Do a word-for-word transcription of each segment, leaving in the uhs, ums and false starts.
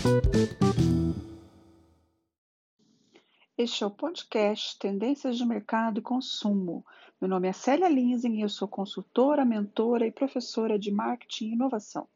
Este é o podcast Tendências de Mercado e Consumo. Meu nome é Célia Linsing e eu sou consultora, mentora e professora de Marketing e Inovação.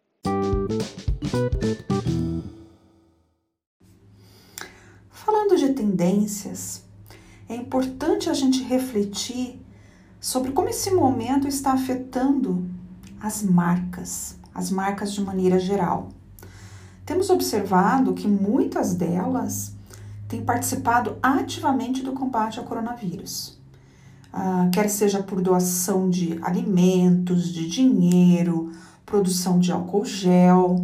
Falando de tendências, é importante a gente refletir sobre como esse momento está afetando as marcas, as marcas de maneira geral. Temos observado que muitas delas têm participado ativamente do combate ao coronavírus. Uh, quer seja por doação de alimentos, de dinheiro, produção de álcool gel,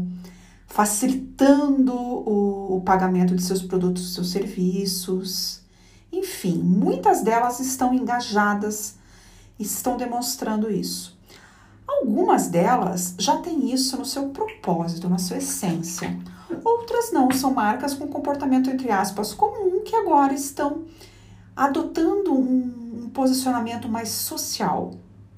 facilitando o, o pagamento de seus produtos e seus serviços. Enfim, muitas delas estão engajadas e estão demonstrando isso. Algumas delas já têm isso no seu propósito, na sua essência. Outras não, são marcas com comportamento, entre aspas, comum, que agora estão adotando um, um posicionamento mais social.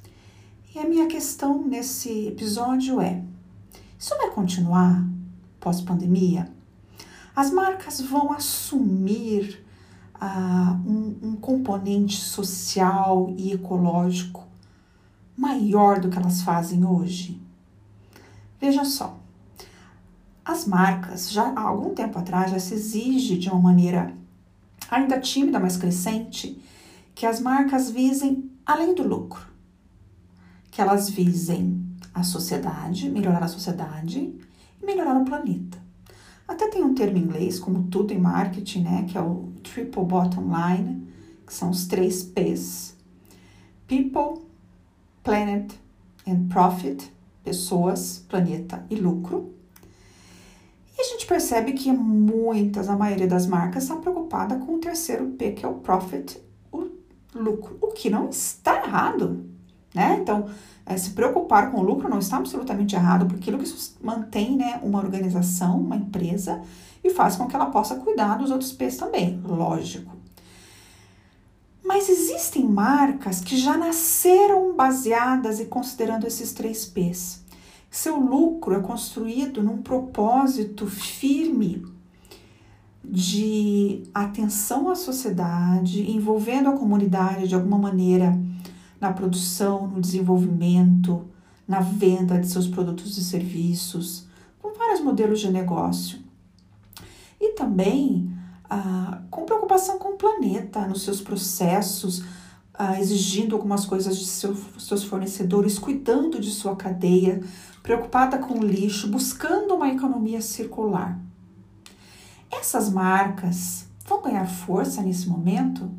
E a minha questão nesse episódio é, isso vai continuar pós-pandemia? As marcas vão assumir uh, um, um componente social e ecológico maior do que elas fazem hoje? Veja só, as marcas, já há algum tempo atrás, já se exige de uma maneira ainda tímida, mas crescente, que as marcas visem além do lucro, que elas visem a sociedade, melhorar a sociedade e melhorar o planeta. Até tem um termo em inglês, como tudo em marketing, né, que é o Triple Bottom Line, que são os três P's: People, Planet and Profit, pessoas, planeta e lucro. E a gente percebe que muitas, a maioria das marcas está preocupada com o terceiro P, que é o Profit, o lucro, o que não está errado, né? Então, é, se preocupar com o lucro não está absolutamente errado, porque aquilo que mantém, né, uma organização, uma empresa, e faz com que ela possa cuidar dos outros P's também, lógico. Mas existem marcas que já nasceram baseadas e considerando esses três P's. Seu lucro é construído num propósito firme de atenção à sociedade, envolvendo a comunidade de alguma maneira na produção, no desenvolvimento, na venda de seus produtos e serviços, com vários modelos de negócio. E também ah, com preocupação com o planeta, nos seus processos, ah, exigindo algumas coisas de seu, seus fornecedores, cuidando de sua cadeia, preocupada com o lixo, buscando uma economia circular. Essas marcas vão ganhar força nesse momento?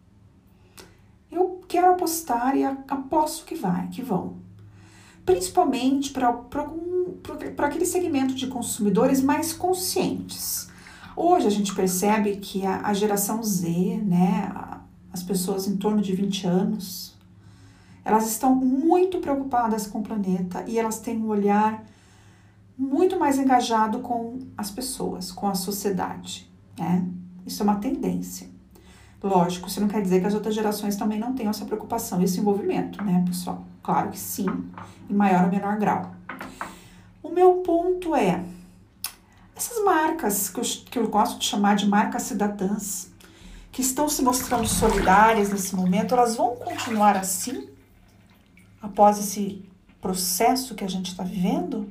Eu quero apostar e aposto que vai, que vão. Principalmente para aquele segmento de consumidores mais conscientes. Hoje a gente percebe que a, a geração Z, né, as pessoas em torno de vinte anos, elas estão muito preocupadas com o planeta e elas têm um olhar muito mais engajado com as pessoas, com a sociedade, né? Isso é uma tendência. Lógico, isso não quer dizer que as outras gerações também não tenham essa preocupação e esse envolvimento, né, pessoal? Claro que sim, em maior ou menor grau. O meu ponto é, essas marcas que eu, que eu gosto de chamar de marcas cidadãs, que estão se mostrando solidárias nesse momento, elas vão continuar assim após esse processo que a gente está vivendo?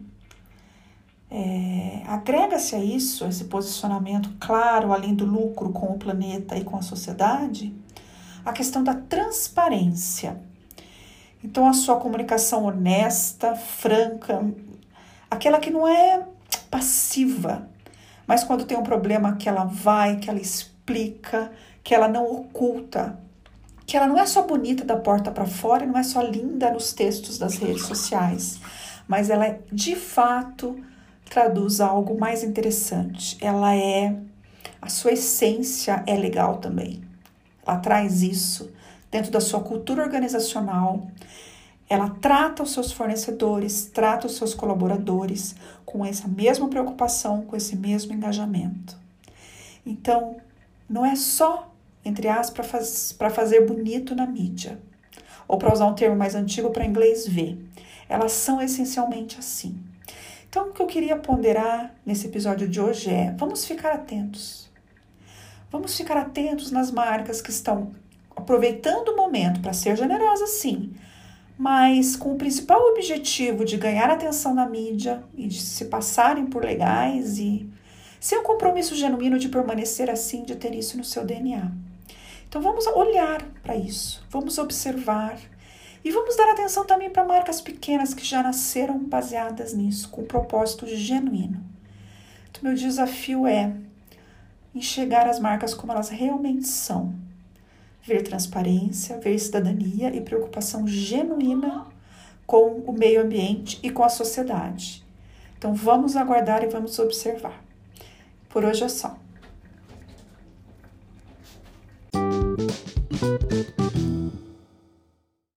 É, agrega-se a isso, esse posicionamento claro, além do lucro com o planeta e com a sociedade, a questão da transparência. Então, a sua comunicação honesta, franca, aquela que não é passiva, mas quando tem um problema que ela vai, que ela explica, que ela não oculta, que ela não é só bonita da porta para fora, não é só linda nos textos das redes sociais, mas ela é, de fato, traduz algo mais interessante. Ela é, a sua essência é legal também. Ela traz isso dentro da sua cultura organizacional. Ela trata os seus fornecedores, trata os seus colaboradores com essa mesma preocupação, com esse mesmo engajamento. Então, não é só, entre aspas, para fazer bonito na mídia, ou para usar um termo mais antigo para inglês ver. Elas são essencialmente assim. Então, o que eu queria ponderar nesse episódio de hoje é: vamos ficar atentos. Vamos ficar atentos nas marcas que estão aproveitando o momento para ser generosas, sim, mas com o principal objetivo de ganhar atenção na mídia e de se passarem por legais e sem um compromisso genuíno de permanecer assim, de ter isso no seu D N A. Então vamos olhar para isso, vamos observar e vamos dar atenção também para marcas pequenas que já nasceram baseadas nisso, com um propósito genuíno. Então meu desafio é enxergar as marcas como elas realmente são. Ver transparência, ver cidadania e preocupação genuína com o meio ambiente e com a sociedade. Então vamos aguardar e vamos observar. Por hoje é só.